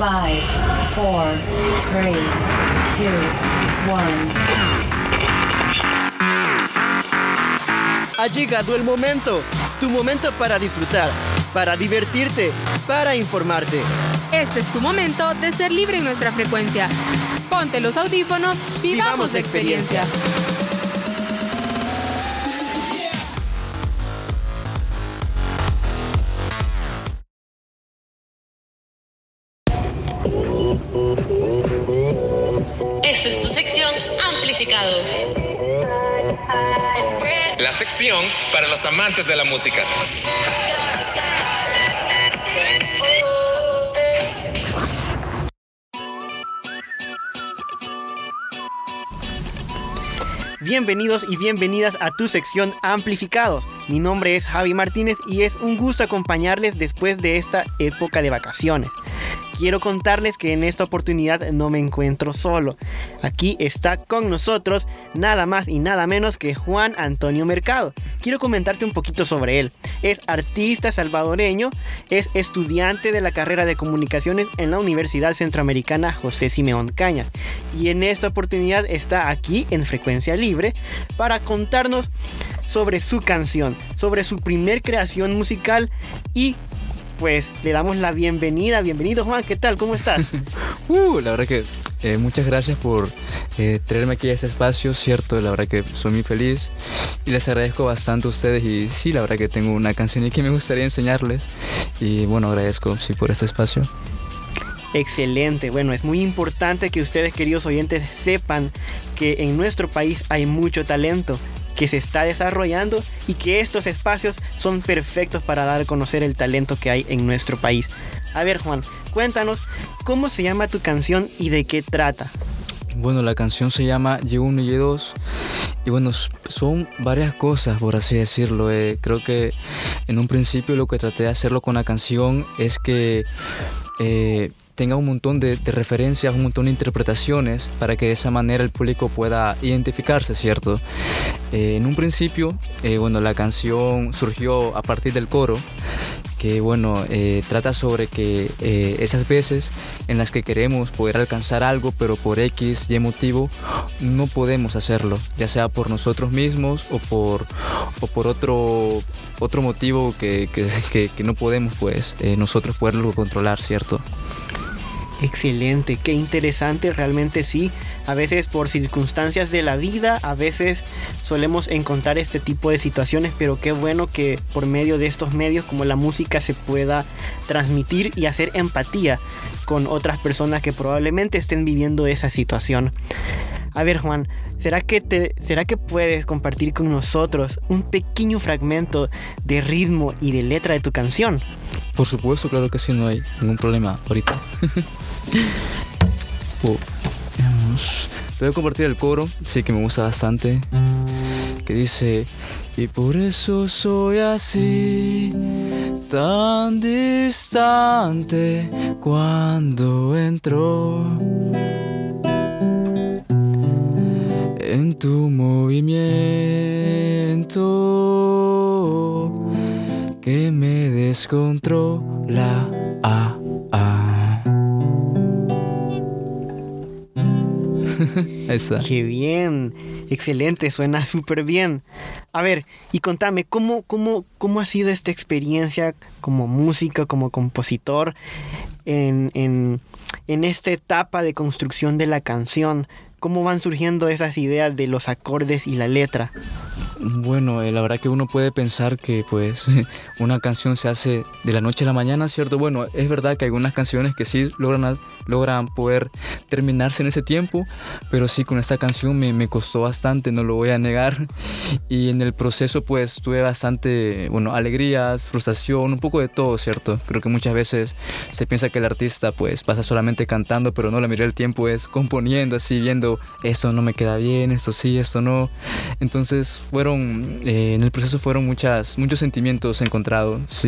4, 3, 2, 1. Ha llegado el momento, tu momento para disfrutar, para divertirte, para informarte. Este es tu momento de ser libre en nuestra frecuencia. Ponte los audífonos, vivamos la experiencia. Esta es tu sección Amplificados. La sección para los amantes de la música. Bienvenidos y bienvenidas a tu sección Amplificados. Mi nombre es Javi Martínez y es un gusto acompañarles después de esta época de vacaciones. Quiero contarles que en esta oportunidad no me encuentro solo. Aquí está con nosotros nada más y nada menos que Juan Antonio Mercado. Quiero comentarte un poquito sobre él. Es artista salvadoreño, es estudiante de la carrera de comunicaciones en la Universidad Centroamericana José Simeón Cañas. Y en esta oportunidad está aquí en Frecuencia Libre para contarnos sobre su canción, sobre su primer creación musical y pues le damos la bienvenida. Bienvenido, Juan, ¿qué tal? ¿Cómo estás? La verdad que muchas gracias por traerme aquí a este espacio, cierto, la verdad que soy muy feliz y les agradezco bastante a ustedes y sí, la verdad que tengo una canción y que me gustaría enseñarles y bueno, agradezco sí por este espacio. Excelente, bueno, es muy importante que ustedes, queridos oyentes, sepan que en nuestro país hay mucho talento que se está desarrollando y que estos espacios son perfectos para dar a conocer el talento que hay en nuestro país. A ver, Juan, cuéntanos cómo se llama tu canción y de qué trata. Bueno, la canción se llama Y1 y Y2 y bueno, son varias cosas, por así decirlo. Creo que en un principio lo que traté de hacerlo con la canción es que tenga un montón de referencias, un montón de interpretaciones para que de esa manera el público pueda identificarse, ¿cierto? En un principio, bueno, la canción surgió a partir del coro, que bueno, trata sobre que esas veces en las que queremos poder alcanzar algo, pero por X, Y motivo, no podemos hacerlo, ya sea por nosotros mismos o por otro motivo que no podemos, pues, nosotros poderlo controlar, ¿cierto? Excelente, qué interesante, realmente sí. A veces por circunstancias de la vida, a veces solemos encontrar este tipo de situaciones, pero qué bueno que por medio de estos medios como la música se pueda transmitir y hacer empatía con otras personas que probablemente estén viviendo esa situación. A ver, Juan, ¿será que puedes compartir con nosotros un pequeño fragmento de ritmo y de letra de tu canción? Por supuesto, claro que sí, no hay ningún problema ahorita. Veamos. Te voy a compartir el coro, sí que me gusta bastante, que dice: y por eso soy así, tan distante cuando entro en tu movimiento que me descontrola. Esa. Qué bien, excelente, suena súper bien. A ver, y contame, ¿cómo ha sido esta experiencia como músico, como compositor en esta etapa de construcción de la canción? ¿Cómo van surgiendo esas ideas de los acordes y la letra? Bueno, la verdad que uno puede pensar que pues una canción se hace de la noche a la mañana, ¿cierto? Bueno, es verdad que hay algunas canciones que sí logran poder terminarse en ese tiempo, pero sí, con esta canción me costó bastante, no lo voy a negar. Y en el proceso pues tuve bastante, bueno, alegrías, frustración, un poco de todo, ¿cierto? Creo que muchas veces se piensa que el artista pues pasa solamente cantando, pero no, la mayoría del tiempo es componiendo, así viendo, esto no me queda bien, esto sí, esto no. Entonces en el proceso fueron muchos sentimientos encontrados, sí.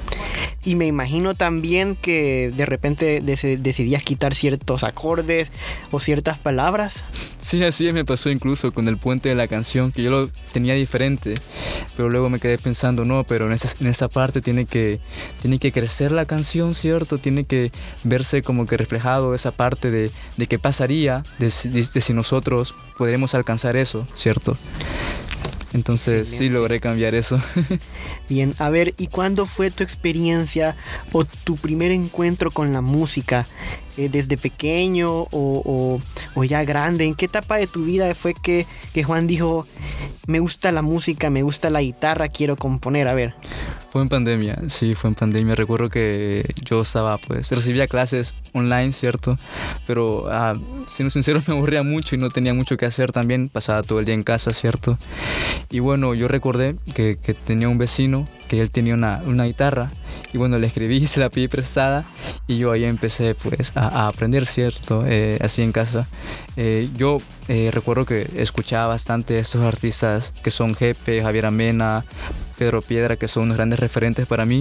Y me imagino también que de repente decidías quitar ciertos acordes o ciertas palabras. Sí, así me pasó incluso con el puente de la canción, que yo lo tenía diferente, pero luego me quedé pensando, no, pero en esa parte tiene que crecer la canción, ¿cierto? Tiene que verse como que reflejado esa parte de qué pasaría, de si nosotros podremos alcanzar eso, ¿cierto? Entonces Excelente. Sí logré cambiar eso. Bien, a ver, ¿y cuándo fue tu experiencia o tu primer encuentro con la música? ¿Desde pequeño o ya grande? ¿En qué etapa de tu vida fue que Juan dijo, me gusta la música, me gusta la guitarra, quiero componer? A ver. Fue en pandemia, sí, fue en pandemia. Recuerdo que yo recibía clases online, ¿cierto? Pero, siendo sincero, me aburría mucho y no tenía mucho que hacer también. Pasaba todo el día en casa, ¿cierto? Y bueno, yo recordé que tenía un vecino, que él tenía una guitarra. Y bueno, le escribí, se la pedí prestada. Y yo ahí empecé, pues, a aprender, ¿cierto? Así en casa. Yo recuerdo que escuchaba bastante a estos artistas que son Jepe, Javier Amena, Pedro Piedra, que son unos grandes referentes para mí.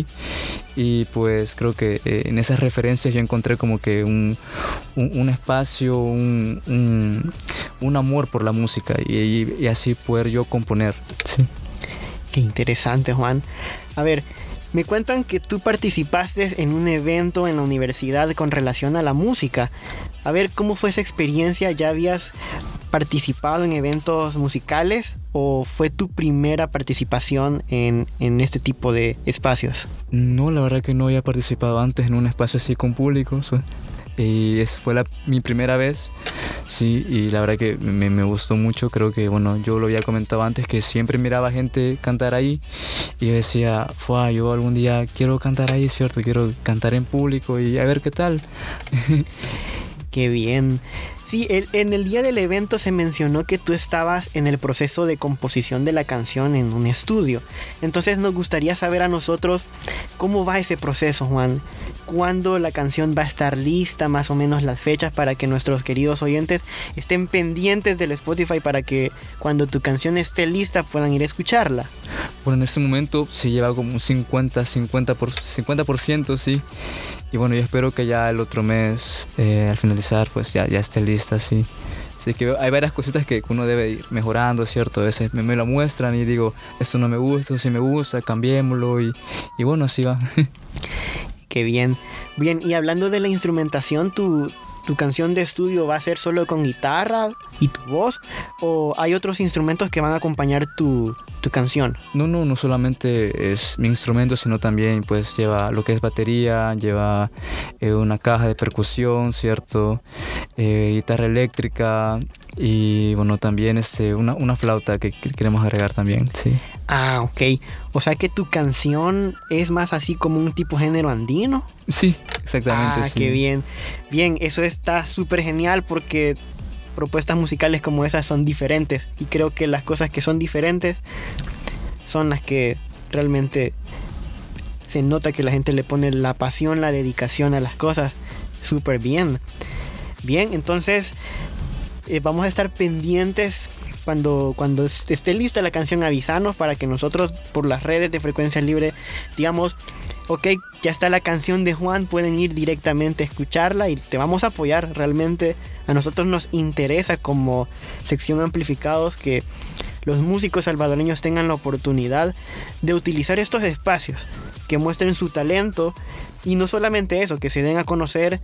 Y pues creo que en esas referencias yo encontré como que un espacio, un amor por la música y así poder yo componer. Sí. Qué interesante, Juan. A ver, me cuentan que tú participaste en un evento en la universidad con relación a la música. A ver, ¿cómo fue esa experiencia? ¿Ya habías participado en eventos musicales o fue tu primera participación en este tipo de espacios? No, la verdad que no había participado antes en un espacio así con público. Y esa fue mi primera vez, sí, y la verdad que me gustó mucho. Creo que, bueno, yo lo había comentado antes, que siempre miraba gente cantar ahí y yo decía, yo algún día quiero cantar ahí, ¿cierto? Quiero cantar en público y a ver qué tal. Qué bien. Sí, en el día del evento se mencionó que tú estabas en el proceso de composición de la canción en un estudio. Entonces nos gustaría saber a nosotros cómo va ese proceso, Juan. ¿Cuándo la canción va a estar lista? Más o menos las fechas para que nuestros queridos oyentes estén pendientes del Spotify para que cuando tu canción esté lista puedan ir a escucharla. Bueno, en este momento se lleva como un 50%, sí. Y bueno, yo espero que ya el otro mes, al finalizar, pues ya esté lista, sí. Así que hay varias cositas que uno debe ir mejorando, ¿cierto? A veces me lo muestran y digo, esto no me gusta, esto sí me gusta, cambiémoslo y bueno, así va. Qué bien. Bien, y hablando de la instrumentación, ¿tu canción de estudio va a ser solo con guitarra y tu voz? ¿O hay otros instrumentos que van a acompañar tu canción? No solamente es mi instrumento, sino también pues lleva lo que es batería, lleva una caja de percusión, ¿cierto? Guitarra eléctrica y bueno, también una flauta que queremos agregar también, sí. Ah, ok. O sea que tu canción es más así como un tipo género andino. Sí, exactamente. Ah, sí. qué bien. Bien, eso está súper genial porque propuestas musicales como esas son diferentes. Y creo que las cosas que son diferentes son las que realmente se nota que la gente le pone la pasión, la dedicación a las cosas. Súper bien. Bien, entonces vamos a estar pendientes. Cuando esté lista la canción, avisanos para que nosotros por las redes de Frecuencia Libre digamos, ok, ya está la canción de Juan, pueden ir directamente a escucharla y te vamos a apoyar. Realmente a nosotros nos interesa como sección Amplificados que los músicos salvadoreños tengan la oportunidad de utilizar estos espacios, que muestren su talento y no solamente eso, que se den a conocer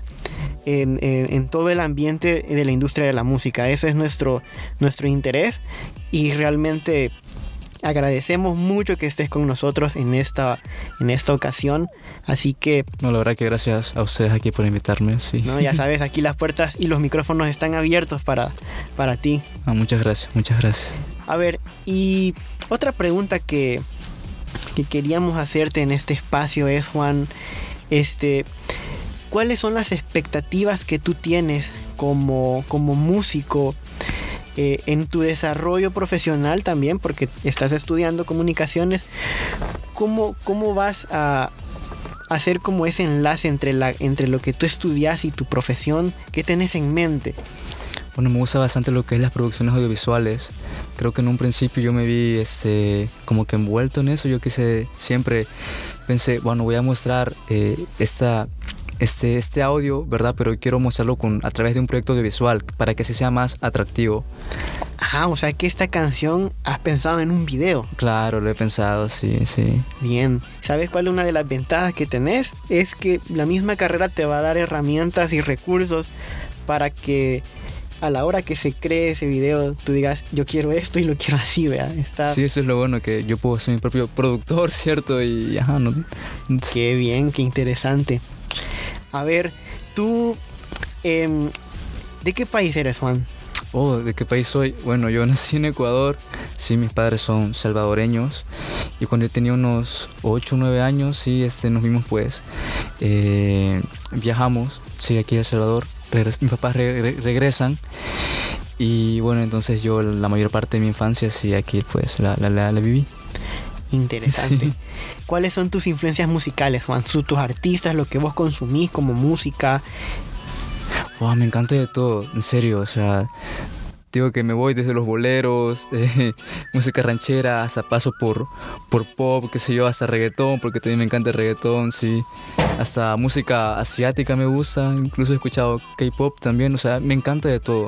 en todo el ambiente de la industria de la música. Ese es nuestro interés y realmente agradecemos mucho que estés con nosotros en esta ocasión. Así que no, la verdad que gracias a ustedes aquí por invitarme, sí. No, ya sabes, aquí las puertas y los micrófonos están abiertos para ti. Muchas gracias. A ver, y otra pregunta que queríamos hacerte en este espacio es, Juan, ¿cuáles son las expectativas que tú tienes como músico en tu desarrollo profesional también? Porque estás estudiando comunicaciones. ¿Cómo vas a hacer como ese enlace entre lo que tú estudias y tu profesión? ¿Qué tenés en mente? Bueno, me gusta bastante lo que es las producciones audiovisuales. Creo que en un principio yo me vi como que envuelto en eso. Yo quise siempre pensé, bueno, voy a mostrar este audio, ¿verdad? Pero quiero mostrarlo a través de un proyecto audiovisual para que así sea más atractivo. Ah, o sea que esta canción has pensado en un video. Claro, lo he pensado, sí. Bien. ¿Sabes cuál es una de las ventajas que tenés? Es que la misma carrera te va a dar herramientas y recursos para que a la hora que se cree ese video tú digas, yo quiero esto y lo quiero así, ¿verdad? Sí, eso es lo bueno, que yo puedo ser mi propio productor, ¿cierto? Y Qué bien, qué interesante. A ver, tú, ¿de qué país eres, Juan? Oh, ¿de qué país soy? Bueno, yo nací en Ecuador. Sí, mis padres son salvadoreños. Y cuando yo tenía unos 8 o 9 años, sí, nos vimos pues. Viajamos, sí, aquí a El Salvador. Mis papás regresan. Y bueno, entonces yo la mayor parte de mi infancia, sí, aquí pues la viví. Interesante. Sí. ¿Cuáles son tus influencias musicales, Juan? Tus artistas, lo que vos consumís como música. Wow, me encanta de todo, en serio, o sea, digo que me voy desde los boleros, música ranchera, hasta paso por pop, qué sé yo, hasta reggaetón, porque también me encanta el reggaetón, sí, hasta música asiática me gusta, incluso he escuchado K-pop también, o sea, me encanta de todo.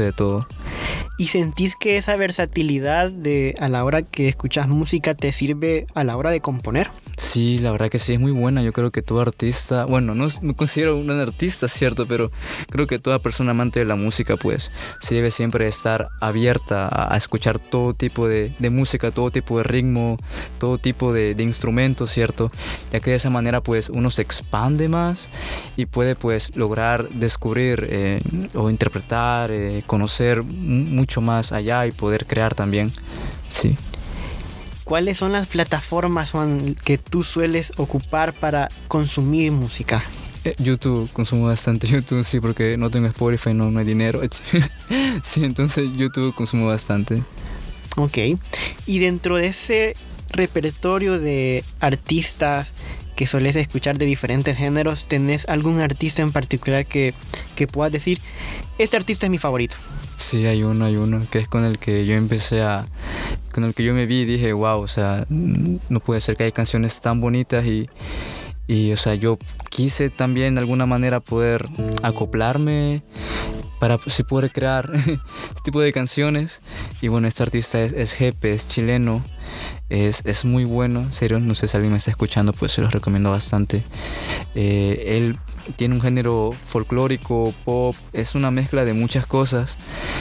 ¿Y sentís que esa versatilidad a la hora que escuchas música te sirve a la hora de componer? Sí, la verdad que sí, es muy buena. Yo creo que todo artista, bueno, no me considero un artista, cierto, pero creo que toda persona amante de la música, pues, sí debe siempre estar abierta a escuchar todo tipo de música, todo tipo de ritmo, todo tipo de instrumentos, cierto, ya que de esa manera, pues, uno se expande más y puede, pues, lograr descubrir o interpretar, conocer mucho más allá y poder crear también, sí. ¿Cuáles son las plataformas, Juan, que tú sueles ocupar para consumir música? YouTube, consumo bastante YouTube, sí, porque no tengo Spotify, no hay dinero. Sí, entonces YouTube consumo bastante. Ok. Y dentro de ese repertorio de artistas que sueles escuchar de diferentes géneros, ¿tenés algún artista en particular que puedas decir, este artista es mi favorito? Sí, hay uno que es con el que yo con el que yo me vi y dije, wow, o sea, no puede ser que hay canciones tan bonitas y o sea, yo quise también de alguna manera poder acoplarme para así poder crear este tipo de canciones. Y bueno, este artista es Jepe, es chileno, es muy bueno, en serio, no sé si alguien me está escuchando, pues se los recomiendo bastante. Él tiene un género folclórico, pop, es una mezcla de muchas cosas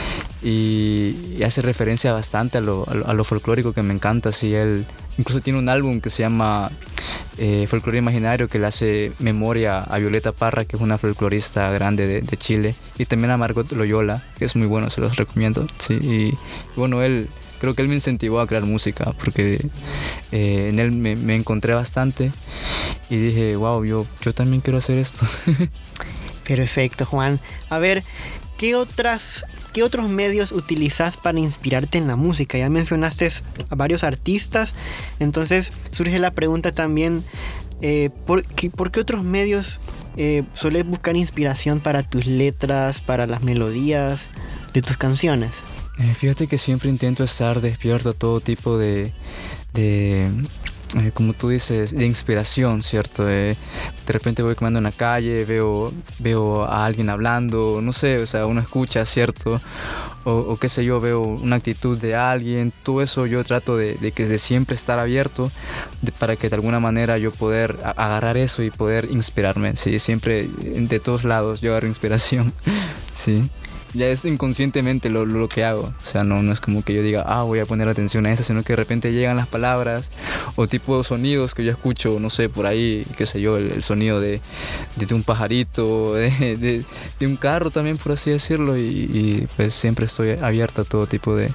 y hace referencia bastante a lo folclórico, que me encanta. Sí, él incluso tiene un álbum que se llama Folclore Imaginario, que le hace memoria a Violeta Parra, que es una folclorista grande de Chile, y también a Margot Loyola, que es muy bueno, se los recomiendo. Sí, y bueno, creo que él me incentivó a crear música, porque en él me encontré bastante y dije, wow, yo también quiero hacer esto. Perfecto, Juan. A ver, ¿qué otros medios utilizas para inspirarte en la música? Ya mencionaste a varios artistas, entonces surge la pregunta también, ¿por qué otros medios sueles buscar inspiración para tus letras, para las melodías de tus canciones? Fíjate que siempre intento estar despierto a todo tipo de como tú dices, de inspiración, ¿cierto? De repente voy caminando en la calle, veo a alguien hablando, no sé, o sea, uno escucha, ¿cierto? O qué sé yo, veo una actitud de alguien, todo eso yo trato de siempre estar abierto para que de alguna manera yo poder agarrar eso y poder inspirarme, ¿sí? Siempre de todos lados yo agarro inspiración, ¿sí? Ya es inconscientemente lo que hago, o sea, no es como que yo diga, voy a poner atención a esto, sino que de repente llegan las palabras o tipo sonidos que yo escucho, no sé, por ahí, qué sé yo, el sonido de un pajarito, de un carro también, por así decirlo, y pues siempre estoy abierto a todo tipo de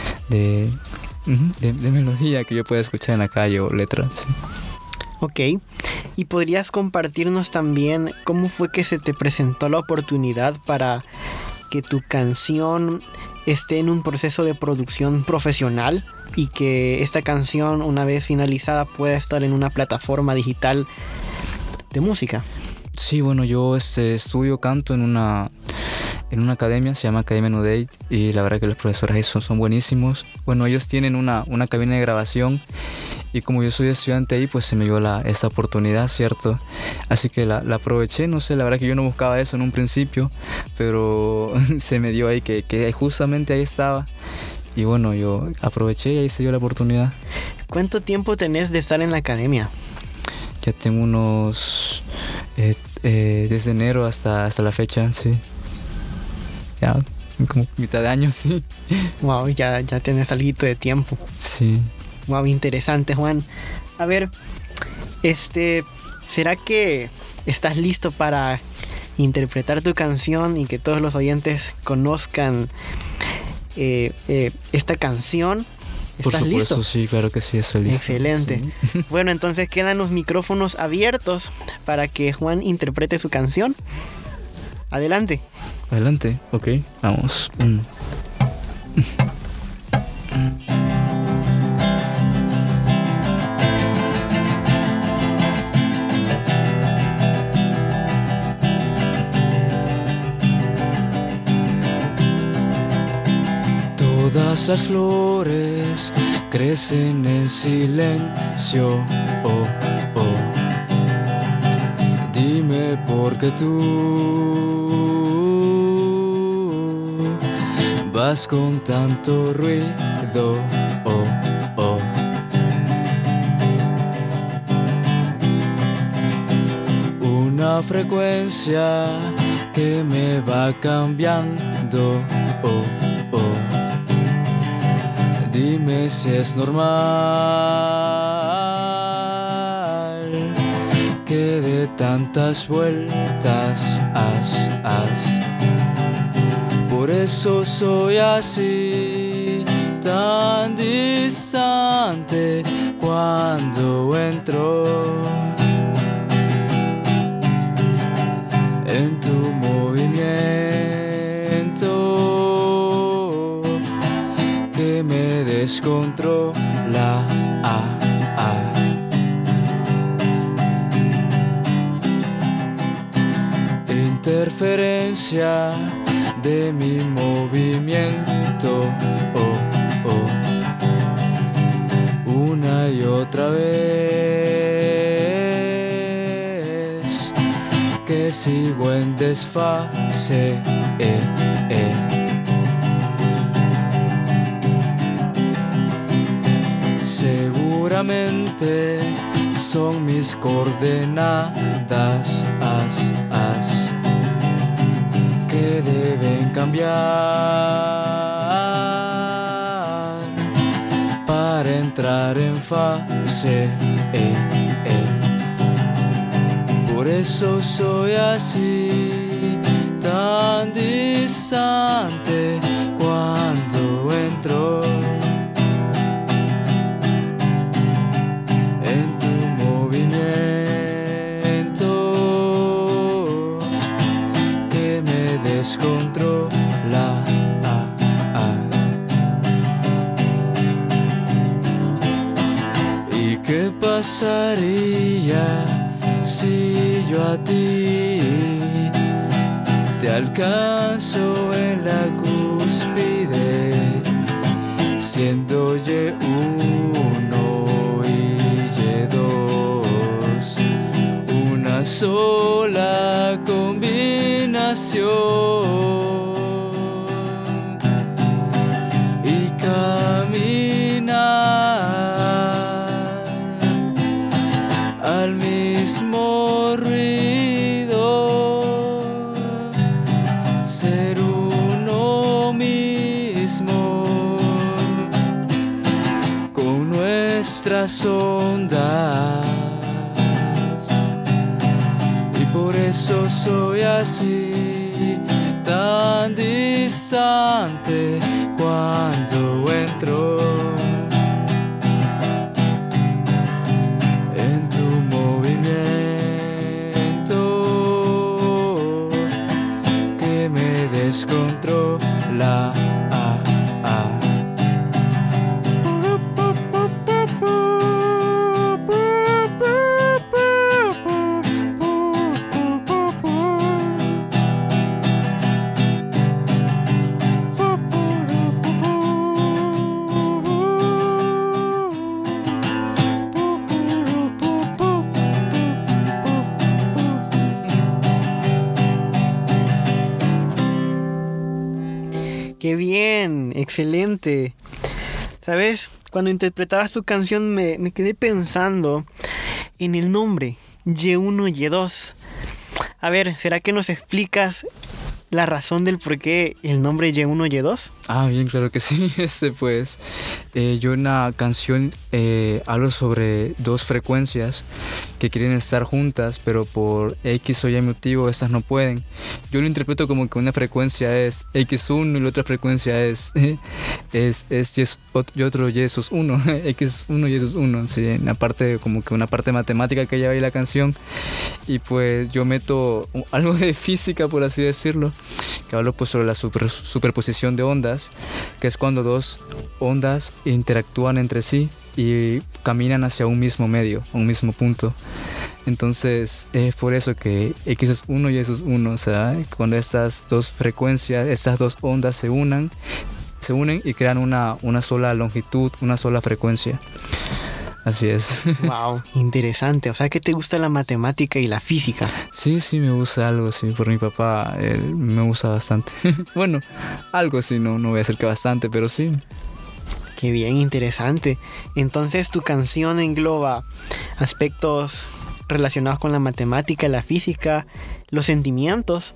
melodía que yo pueda escuchar en la calle o letras, sí. Ok, ¿y podrías compartirnos también cómo fue que se te presentó la oportunidad para que tu canción esté en un proceso de producción profesional y que esta canción, una vez finalizada, pueda estar en una plataforma digital de música? Sí, bueno, yo estudio canto en en una academia, se llama Academia Nudate, y la verdad que los profesores ahí son buenísimos. Bueno, ellos tienen una cabina de grabación, y como yo soy estudiante ahí, pues se me dio esa oportunidad, ¿cierto? Así que la aproveché. No sé, la verdad que yo no buscaba eso en un principio, pero se me dio ahí que justamente ahí estaba. Y bueno, yo aproveché y ahí se dio la oportunidad. ¿Cuánto tiempo tenés de estar en la academia? Ya tengo unos... desde enero hasta la fecha, sí. Ya, como mitad de año, sí. Wow, ya tenés algo de tiempo. Sí. Wow, interesante, Juan. A ver, ¿será que estás listo para interpretar tu canción y que todos los oyentes conozcan esta canción? ¿Estás listo? Por supuesto, sí, claro que sí, estoy listo. Excelente. Sí. Bueno, entonces quedan los micrófonos abiertos para que Juan interprete su canción. Adelante. Adelante, ok, vamos. Todas las flores crecen en silencio. Oh, oh. Dime por qué tú vas con tanto ruido. Oh, oh. Una frecuencia que me va cambiando. Oh, oh. Dime si es normal que de tantas vueltas haz. Por eso soy así, tan distante cuando entro en tu movimiento que me descontrola. Interferencia de mi movimiento. Oh, oh. Una y otra vez que sigo en desfase. Seguramente son mis coordenadas que deben cambiar para entrar en fase. Por eso soy así, tan distante cuando entro en tu movimiento que me descontrola. ¿Y qué pasaría si yo a ti te alcanzo en la cúspide, siendo Y1 y Y2 una sola combinación, y caminar al mismo ruido, ser uno mismo con nuestras ondas. Y por eso soy así, tan distante cuando entro en tu movimiento que me descontrola. ¡Qué bien! ¡Excelente! ¿Sabes? Cuando interpretabas tu canción me quedé pensando en el nombre, Y1, Y2. A ver, ¿será que nos explicas la razón del por qué el nombre Y1, Y2? Ah, bien, claro que sí. Pues, yo en la canción hablo sobre dos frecuencias que quieren estar juntas, pero por X o Y motivo estas no pueden. Yo lo interpreto como que una frecuencia es X1 y la otra frecuencia es y otro Y sus 1, X1 y Y 1, sí, en la parte, como que una parte matemática que lleva ahí la canción. Y pues yo meto algo de física, por así decirlo, que hablo pues sobre la superposición de ondas, que es cuando dos ondas interactúan entre sí y caminan hacia un mismo medio, un mismo punto. Entonces es por eso que X es 1 y Y es 1, o sea, cuando estas dos frecuencias, estas dos ondas se unen y crean una sola longitud, una sola frecuencia. Así es. Wow, interesante. O sea que te gusta la matemática y la física. Sí, me gusta algo, sí. Por mi papá me gusta bastante. Bueno, algo sí, no voy a decir que bastante, pero sí. Qué bien, interesante. Entonces tu canción engloba aspectos relacionados con la matemática, la física, los sentimientos.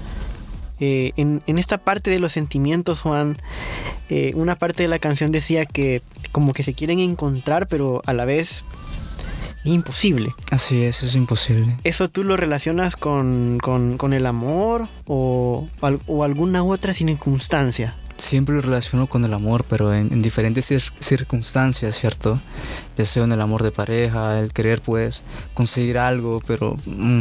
En esta parte de los sentimientos, Juan, una parte de la canción decía que como que se quieren encontrar, pero a la vez es imposible. Así es imposible. ¿Eso tú lo relacionas con el amor o alguna otra circunstancia? Siempre lo relaciono con el amor, pero en diferentes circunstancias, ¿cierto? Ya sea en el amor de pareja, el querer pues conseguir algo, pero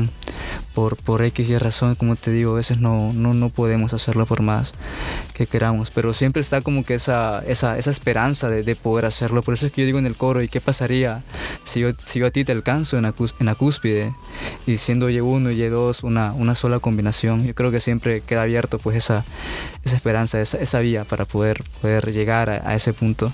por X y razón, como te digo, a veces no podemos hacerlo por más que queramos, pero siempre está como que esa esperanza de poder hacerlo. Por eso es que yo digo en el coro, ¿y qué pasaría si yo a ti te alcanzo en la cúspide? Y siendo Y1 y Y2 una sola combinación, yo creo que siempre queda abierto pues esa esperanza, esa vía para poder llegar a ese punto.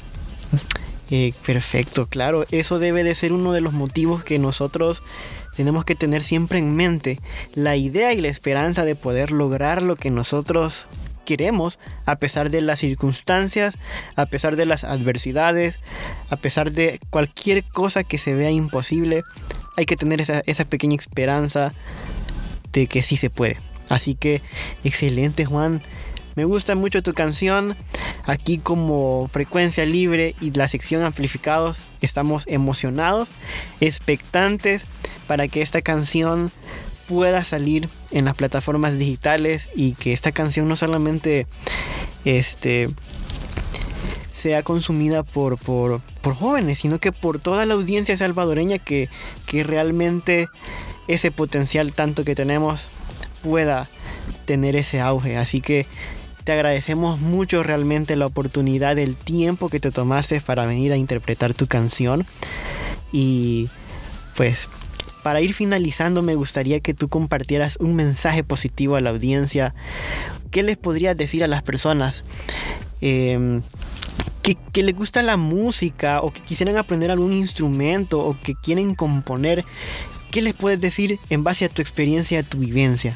Perfecto, claro, eso debe de ser uno de los motivos que nosotros tenemos que tener siempre en mente, la idea y la esperanza de poder lograr lo que nosotros queremos, a pesar de las circunstancias, a pesar de las adversidades, a pesar de cualquier cosa que se vea imposible. Hay que tener esa pequeña esperanza de que sí se puede. Así que excelente, Juan. Me gusta mucho tu canción. Aquí como Frecuencia Libre y la sección Amplificados estamos emocionados, expectantes para que esta canción pueda salir en las plataformas digitales y que esta canción no solamente sea consumida por jóvenes, sino que por toda la audiencia salvadoreña que realmente ese potencial tanto que tenemos pueda tener ese auge. Así que te agradecemos mucho realmente la oportunidad, el tiempo que te tomaste para venir a interpretar tu canción. Y pues para ir finalizando, me gustaría que tú compartieras un mensaje positivo a la audiencia. ¿Qué les podrías decir a las personas que les gusta la música o que quisieran aprender algún instrumento o que quieren componer? ¿Qué les puedes decir en base a tu experiencia, a tu vivencia?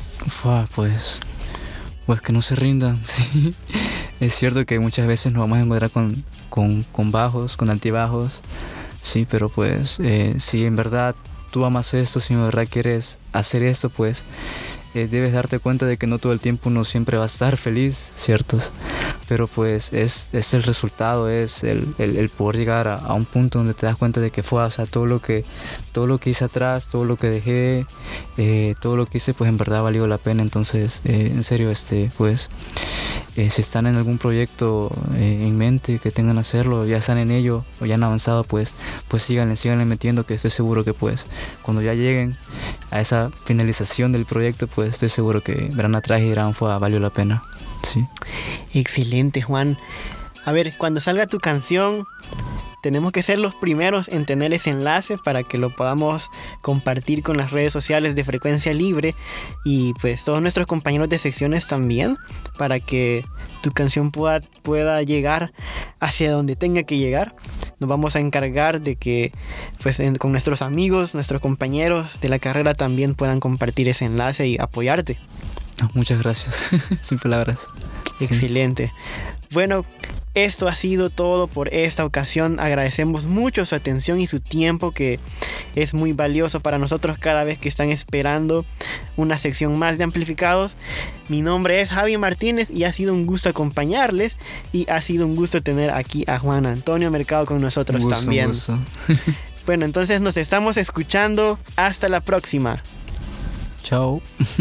Pues que no se rindan, sí. Es cierto que muchas veces nos vamos a encontrar con bajos, con altibajos, sí, pero pues si en verdad tú amas esto, si en verdad quieres hacer esto, pues debes darte cuenta de que no todo el tiempo uno siempre va a estar feliz, ¿cierto? Pero pues es el resultado, es el poder llegar a un punto donde te das cuenta de que fue, o sea, todo lo que hice atrás, todo lo que dejé, todo lo que hice, pues en verdad valió la pena. Entonces, en serio, pues si están en algún proyecto en mente que tengan que hacerlo, ya están en ello o ya han avanzado, pues síganle metiendo, que estoy seguro que pues cuando ya lleguen a esa finalización del proyecto, pues estoy seguro que verán atrás y dirán, valió la pena. Sí. Excelente, Juan. A ver, cuando salga tu canción, tenemos que ser los primeros en tener ese enlace para que lo podamos compartir con las redes sociales de Frecuencia Libre y pues todos nuestros compañeros de secciones también, para que tu canción pueda llegar hacia donde tenga que llegar. Nos vamos a encargar de que pues con nuestros amigos, nuestros compañeros de la carrera también puedan compartir ese enlace y apoyarte. Muchas gracias. Sin palabras. Excelente. Bueno, esto ha sido todo por esta ocasión. Agradecemos mucho su atención y su tiempo, que es muy valioso para nosotros cada vez que están esperando una sección más de Amplificados. Mi nombre es Javi Martínez y ha sido un gusto acompañarles, y ha sido un gusto tener aquí a Juan Antonio Mercado con nosotros también. Gusto. Bueno, entonces nos estamos escuchando. Hasta la próxima. Chao.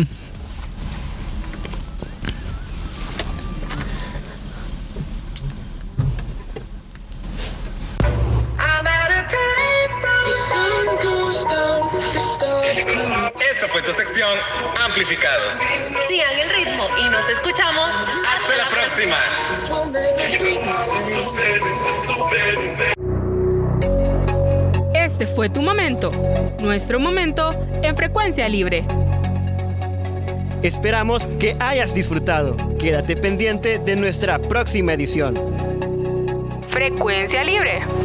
Esta fue tu sección Amplificados. Sigan el ritmo y nos escuchamos. Hasta la próxima. Este fue tu momento, nuestro momento en Frecuencia Libre. Esperamos que hayas disfrutado. Quédate pendiente de nuestra próxima edición. Frecuencia Libre.